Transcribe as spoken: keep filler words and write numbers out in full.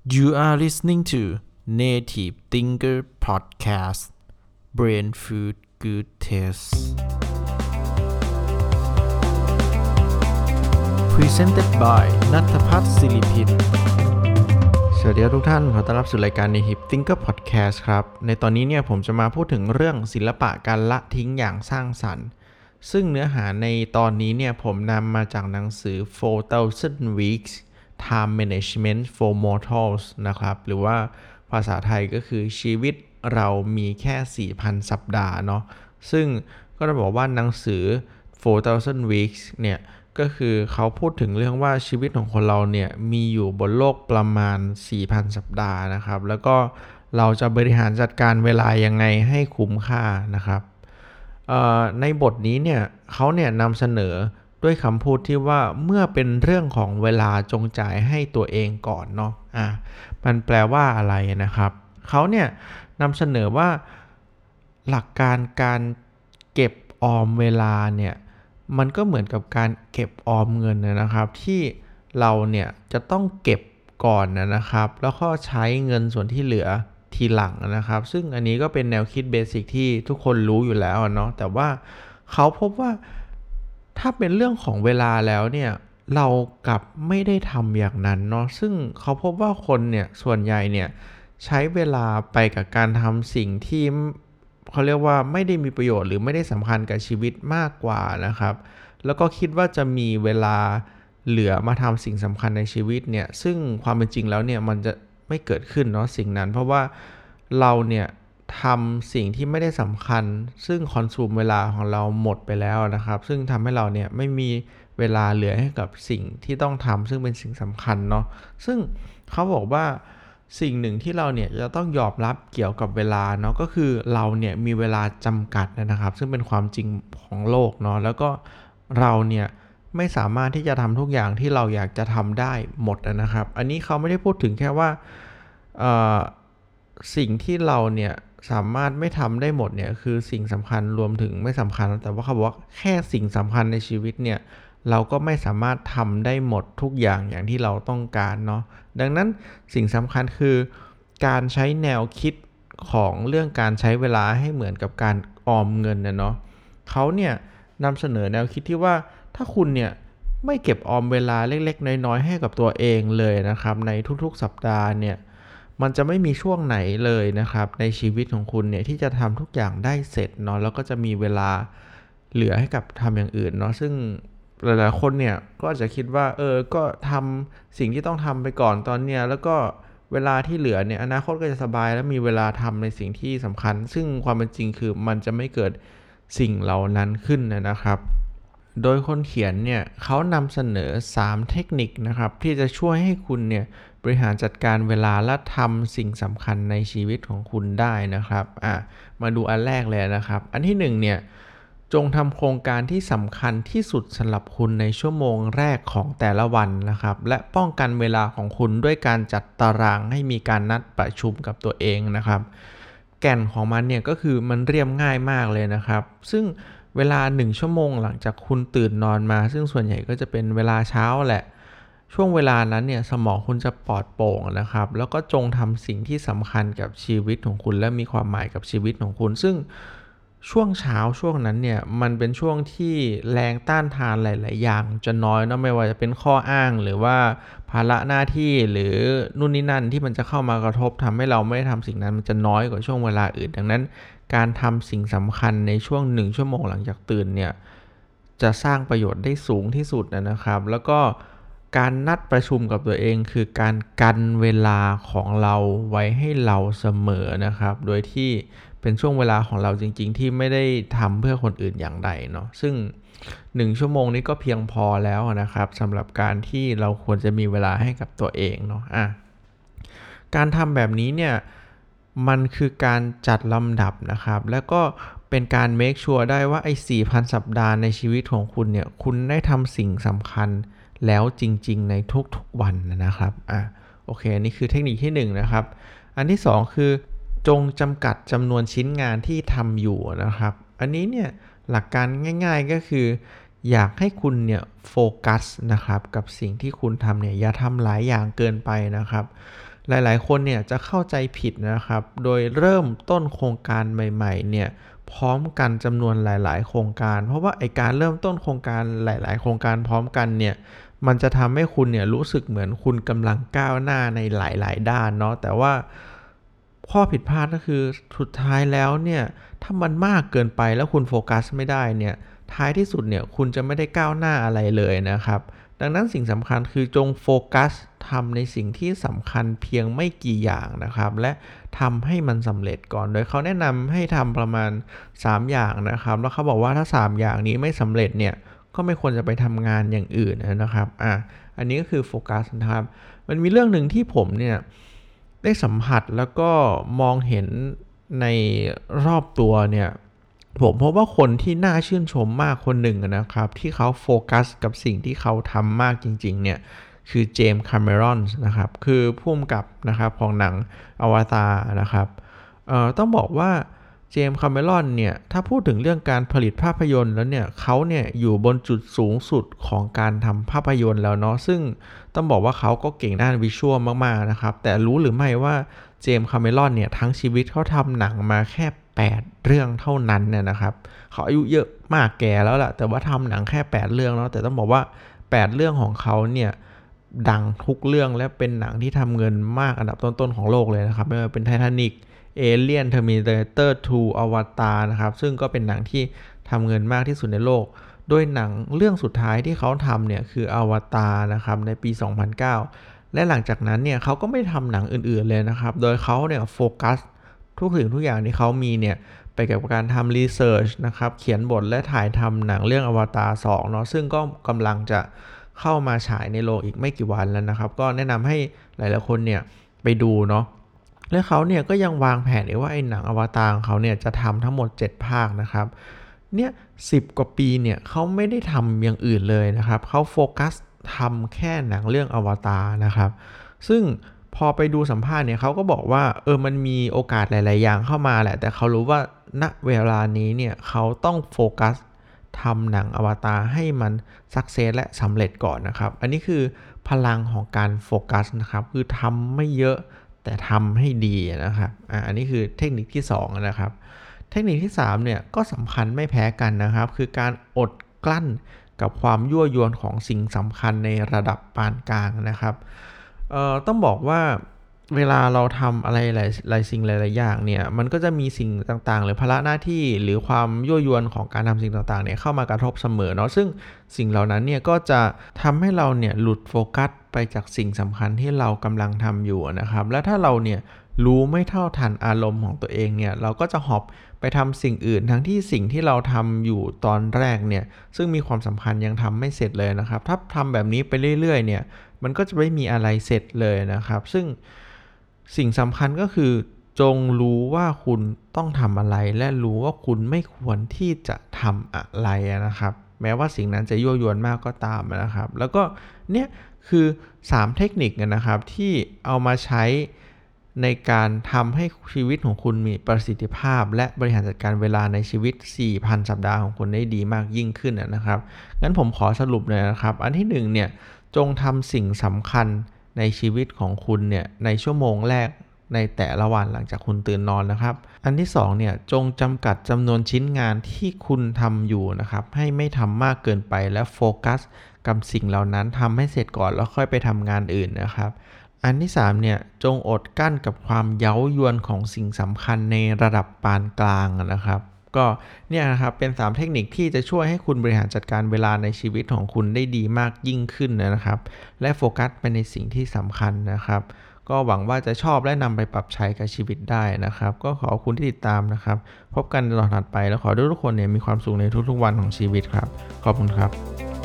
You are listening to Native Thinker Podcast Brain Food Good Taste Presented by ณัฐพัฒน์ ศิริพินสวัสดีทุกท่านขอต้อนรับสู่รายการ Native Thinker Podcast ครับในตอนนี้เนี่ยผมจะมาพูดถึงเรื่องศิลปะการละทิ้งอย่างสร้างสรรค์ซึ่งเนื้อหาในตอนนี้เนี่ยผมนำมาจากหนังสือ four thousand weeks Time Management for Mortals นะครับหรือว่าภาษาไทยก็คือชีวิตเรามีแค่ สี่พัน สัปดาห์เนาะซึ่งก็จะบอกว่าหนังสือ four thousand weeks เนี่ยก็คือเขาพูดถึงเรื่องว่าชีวิตของคนเราเนี่ยมีอยู่บนโลกประมาณ สี่พัน สัปดาห์นะครับแล้วก็เราจะบริหารจัดการเวลายังไงให้คุ้มค่านะครับในบทนี้เนี่ยเขาเนี่ยนำเสนอด้วยคำพูดที่ว่าเมื่อเป็นเรื่องของเวลาจงจ่ายให้ตัวเองก่อนเนาะอ่ะมันแปลว่าอะไรนะครับเขาเนี่ยนำเสนอว่าหลักการการเก็บออมเวลาเนี่ยมันก็เหมือนกับการเก็บออมเงินนะครับที่เราเนี่ยจะต้องเก็บก่อนนะครับแล้วก็ใช้เงินส่วนที่เหลือทีหลังนะครับซึ่งอันนี้ก็เป็นแนวคิดเบสิกที่ทุกคนรู้อยู่แล้วเนาะแต่ว่าเขาพบว่าถ้าเป็นเรื่องของเวลาแล้วเนี่ยเรากลับไม่ได้ทำอย่างนั้นเนาะซึ่งเขาพบว่าคนเนี่ยส่วนใหญ่เนี่ยใช้เวลาไปกับการทำสิ่งที่เขาเรียกว่าไม่ได้มีประโยชน์หรือไม่ได้สำคัญกับชีวิตมากกว่านะครับแล้วก็คิดว่าจะมีเวลาเหลือมาทำสิ่งสำคัญในชีวิตเนี่ยซึ่งความเป็นจริงแล้วเนี่ยมันจะไม่เกิดขึ้นเนาะสิ่งนั้นเพราะว่าเราเนี่ยทำสิ่งที่ไม่ได้สำคัญซึ่งคอนซูมเวลาของเราหมดไปแล้วนะครับซึ่งทำให้เราเนี่ยไม่มีเวลาเหลือให้กับสิ่งที่ต้องทำซึ่งเป็นสิ่งสำคัญเนาะซึ่งเขาบอกว่าสิ่งหนึ่งที่เราเนี่ยจะต้องยอมรับเกี่ยวกับเวลาเนาะก็คือเราเนี่ยมีเวลาจำกัดนะครับซึ่งเป็นความจริงของโลกเนาะแล้วก็เราเนี่ยไม่สามารถที่จะทำทุกอย่างที่เราอยากจะทำได้หมดนะครับอันนี้เขาไม่ได้พูดถึงแค่ว่าสิ่งที่เราเนี่ยสามารถไม่ทำได้หมดเนี่ยคือสิ่งสำคัญรวมถึงไม่สำคัญแต่ว่าเขาบอกว่าแค่สิ่งสำคัญในชีวิตเนี่ยเราก็ไม่สามารถทำได้หมดทุกอย่างอย่างที่เราต้องการเนาะดังนั้นสิ่งสำคัญคือการใช้แนวคิดของเรื่องการใช้เวลาให้เหมือนกับการออมเงินนะเนาะเขาเนี่ยนำเสนอแนวคิดที่ว่าถ้าคุณเนี่ยไม่เก็บออมเวลาเล็กๆน้อยๆให้กับตัวเองเลยนะครับในทุกๆสัปดาห์เนี่ยมันจะไม่มีช่วงไหนเลยนะครับในชีวิตของคุณเนี่ยที่จะทำทุกอย่างได้เสร็จเนาะแล้วก็จะมีเวลาเหลือให้กับทำอย่างอื่นเนาะซึ่งหลายๆคนเนี่ยก็จะคิดว่าเออก็ทำสิ่งที่ต้องทำไปก่อนตอนเนี้ยแล้วก็เวลาที่เหลือเนี่ยอนาคตก็จะสบายและมีเวลาทำในสิ่งที่สำคัญซึ่งความเป็นจริงคือมันจะไม่เกิดสิ่งเหล่านั้นขึ้นนะครับโดยคนเขียนเนี่ยเขานำเสนอสามเทคนิคนะครับที่จะช่วยให้คุณเนี่ยบริหารจัดการเวลาและทำสิ่งสำคัญในชีวิตของคุณได้นะครับอ่ะมาดูอันแรกเลยนะครับอันที่หนึ่งเนี่ยจงทำโครงการที่สำคัญที่สุดสำหรับคุณในชั่วโมงแรกของแต่ละวันนะครับและป้องกันเวลาของคุณด้วยการจัดตารางให้มีการนัดประชุมกับตัวเองนะครับแก่นของมันเนี่ยก็คือมันเรียบง่ายมากเลยนะครับซึ่งเวลาหนึ่งชั่วโมงหลังจากคุณตื่นนอนมาซึ่งส่วนใหญ่ก็จะเป็นเวลาเช้าแหละช่วงเวลานั้นเนี่ยสมองคุณจะปลอดโปร่งนะครับแล้วก็จงทำสิ่งที่สำคัญกับชีวิตของคุณและมีความหมายกับชีวิตของคุณซึ่งช่วงเช้าช่วงนั้นเนี่ยมันเป็นช่วงที่แรงต้านทานหลายๆอย่างจะน้อยเนาะไม่ว่าจะเป็นข้ออ้างหรือว่าภาระหน้าที่หรือนู่นนี่นั่นที่มันจะเข้ามากระทบทำให้เราไม่ได้ทำสิ่งนั้นมันจะน้อยกว่าช่วงเวลาอื่นดังนั้นการทำสิ่งสำคัญในช่วงหนึ่งชั่วโมงหลังจากตื่นเนี่ยจะสร้างประโยชน์ได้สูงที่สุดนะครับแล้วก็การนัดประชุมกับตัวเองคือการกันเวลาของเราไว้ให้เราเสมอนะครับโดยที่เป็นช่วงเวลาของเราจริงๆที่ไม่ได้ทำเพื่อคนอื่นอย่างใดเนาะซึ่งหนึ่งชั่วโมงนี้ก็เพียงพอแล้วนะครับสำหรับการที่เราควรจะมีเวลาให้กับตัวเองเนาะอ่ะการทำแบบนี้เนี่ยมันคือการจัดลำดับนะครับแล้วก็เป็นการ make sure ได้ว่าไอ้ สี่พัน สัปดาห์ในชีวิตของคุณเนี่ยคุณได้ทำสิ่งสำคัญแล้วจริงๆในทุกๆวันนะครับอ่ะโอเคอันนี้คือเทคนิคที่หนึ่งนะครับอันที่สองคือจงจำกัดจำนวนชิ้นงานที่ทำอยู่นะครับอันนี้เนี่ยหลักการง่ายๆก็คืออยากให้คุณเนี่ยโฟกัสนะครับกับสิ่งที่คุณทำเนี่ยอย่าทำหลายอย่างเกินไปนะครับหลายๆคนเนี่ยจะเข้าใจผิดนะครับโดยเริ่มต้นโครงการใหม่ๆเนี่ยพร้อมกันจำนวนหลายๆโครงการเพราะว่าไอ้การเริ่มต้นโครงการหลายๆโครงการพร้อมกันเนี่ยมันจะทำให้คุณเนี่ยรู้สึกเหมือนคุณกำลังก้าวหน้าในหลายๆด้านเนาะแต่ว่าข้อผิดพลาดก็คือสุดท้ายแล้วเนี่ยถ้ามันมากเกินไปแล้วคุณโฟกัสไม่ได้เนี่ยท้ายที่สุดเนี่ยคุณจะไม่ได้ก้าวหน้าอะไรเลยนะครับดังนั้นสิ่งสำคัญคือจงโฟกัสทำในสิ่งที่สำคัญเพียงไม่กี่อย่างนะครับและทำให้มันสำเร็จก่อนโดยเขาแนะนำให้ทำประมาณสามอย่างนะครับแล้วเขาบอกว่าถ้าสามอย่างนี้ไม่สำเร็จเนี่ยก็ไม่ควรจะไปทำงานอย่างอื่นนะครับอ่ะอันนี้ก็คือโฟกัสนะครับมันมีเรื่องหนึ่งที่ผมเนี่ยได้สัมผัสแล้วก็มองเห็นในรอบตัวเนี่ยผมพบว่าคนที่น่าชื่นชมมากคนหนึ่งนะครับที่เขาโฟกัสกับสิ่งที่เขาทำมากจริงๆเนี่ยคือเจมส์คาเมรอนนะครับคือผู้กำกับนะครับของหนังอวตารนะครับเอ่อต้องบอกว่าเจมส์คาเมรอนเนี่ยถ้าพูดถึงเรื่องการผลิตภาพยนตร์แล้วเนี่ยเขาเนี่ยอยู่บนจุดสูงสุดของการทำภาพยนตร์แล้วเนาะซึ่งต้องบอกว่าเขาก็เก่งด้านวิชวลมากๆนะครับแต่รู้หรือไม่ว่าเจมส์คาเมรอนเนี่ยทั้งชีวิตเขาทำหนังมาแค่แปดเรื่องเท่านั้นเนี่ยนะครับเขาอายุเยอะมากแก่แล้วล่ะแต่ว่าทำหนังแค่แปดเรื่องแล้วแต่ต้องบอกว่าแปดเรื่องของเขาเนี่ยดังทุกเรื่องและเป็นหนังที่ทำเงินมากอันดับต้นๆของโลกเลยนะครับไม่ว่าเป็นไททานิกเอเลี่ยนเทอร์มินาเตอร์ทูอวตารนะครับซึ่งก็เป็นหนังที่ทำเงินมากที่สุดในโลกโดยหนังเรื่องสุดท้ายที่เขาทำเนี่ยคืออวตารนะครับในปีสองพันเก้าและหลังจากนั้นเนี่ยเขาก็ไม่ทำหนังอื่นๆเลยนะครับโดยเขาเนี่ยโฟกัสทุกสิ่งทุกอย่างที่เขามีเนี่ยไปกับการทำรีเสิร์ชนะครับเขียนบทและถ่ายทำหนังเรื่องอวตารสองเนาะซึ่งก็กำลังจะเข้ามาฉายในโรงอีกไม่กี่วันแล้วนะครับก็แนะนำให้หลายๆคนเนี่ยไปดูเนาะและเขาเนี่ยก็ยังวางแผนไว้ว่าไอ้หนังอวตารของเขาเนี่ยจะทำทั้งหมดเจ็ดภาคนะครับเนี่ยสิบกว่าปีเนี่ยเขาไม่ได้ทำอย่างอื่นเลยนะครับเขาโฟกัสทำแค่หนังเรื่องอวตารนะครับซึ่งพอไปดูสัมภาษณ์เนี่ยเขาก็บอกว่าเออมันมีโอกาสหลายๆอย่างเข้ามาแหละแต่เขารู้ว่าณเวลานี้เนี่ยเขาต้องโฟกัสทำหนังอวตารให้มันสักเซสและสำเร็จก่อนนะครับอันนี้คือพลังของการโฟกัสนะครับคือทำไม่เยอะแต่ทำให้ดีนะครับอ่าอันนี้คือเทคนิคที่สองนะครับเทคนิคที่สามเนี่ยก็สำคัญไม่แพ้กันนะครับคือการอดกลั้นกับความยั่วยวนของสิ่งสำคัญในระดับปานกลางนะครับเอ่อต้องบอกว่าเวลาเราทำอะไรหลายหลายสิ่งหลายๆอย่างเนี่ยมันก็จะมีสิ่งต่างๆหรือภาระหน้าที่หรือความยั่วยวนของการทำสิ่งต่างๆเนี่ยเข้ามากระทบเสมอเนาะซึ่งสิ่งเหล่านั้นเนี่ยก็จะทำให้เราเนี่ยหลุดโฟกัสไปจากสิ่งสำคัญที่เรากำลังทำอยู่นะครับและถ้าเราเนี่ยรู้ไม่เท่าทันอารมณ์ของตัวเองเนี่ยเราก็จะหอบไปทำสิ่งอื่นทั้งที่สิ่งที่เราทำอยู่ตอนแรกเนี่ยซึ่งมีความสำคัญยังทำไม่เสร็จเลยนะครับถ้าทำแบบนี้ไปเรื่อยๆเนี่ยมันก็จะไม่มีอะไรเสร็จเลยนะครับซึ่งสิ่งสำคัญก็คือจงรู้ว่าคุณต้องทำอะไรและรู้ว่าคุณไม่ควรที่จะทำอะไรนะครับแม้ว่าสิ่งนั้นจะยั่วยวนมากก็ตามนะครับแล้วก็เนี่ยคือสามเทคนิคนะครับที่เอามาใช้ในการทำให้ชีวิตของคุณมีประสิทธิภาพและบริหารจัดการเวลาในชีวิต สี่พัน สัปดาห์ของคุณได้ดีมากยิ่งขึ้นนะครับงั้นผมขอสรุปเลยนะครับอันที่หนึ่งเนี่ยจงทำสิ่งสำคัญในชีวิตของคุณเนี่ยในชั่วโมงแรกในแต่ละวันหลังจากคุณตื่นนอนนะครับอันที่สองเนี่ยจงจำกัดจำนวนชิ้นงานที่คุณทำอยู่นะครับให้ไม่ทำมากเกินไปและโฟกัสกับสิ่งเหล่านั้นทำให้เสร็จก่อนแล้วค่อยไปทำงานอื่นนะครับอันที่สามเนี่ยจงอดกั้นกับความเย้ายวนของสิ่งสำคัญในระดับปานกลางนะครับก็เนี่ยนะครับเป็นสามเทคนิคที่จะช่วยให้คุณบริหารจัดการเวลาในชีวิตของคุณได้ดีมากยิ่งขึ้นนะครับและโฟกัสไปในสิ่งที่สำคัญนะครับก็หวังว่าจะชอบและนำไปปรับใช้กับชีวิตได้นะครับก็ขอบคุณที่ติดตามนะครับพบกันตอนถัดไปแล้วขอให้ทุกคนเนี่ยมีความสุขในทุกๆวันของชีวิตครับขอบคุณครับ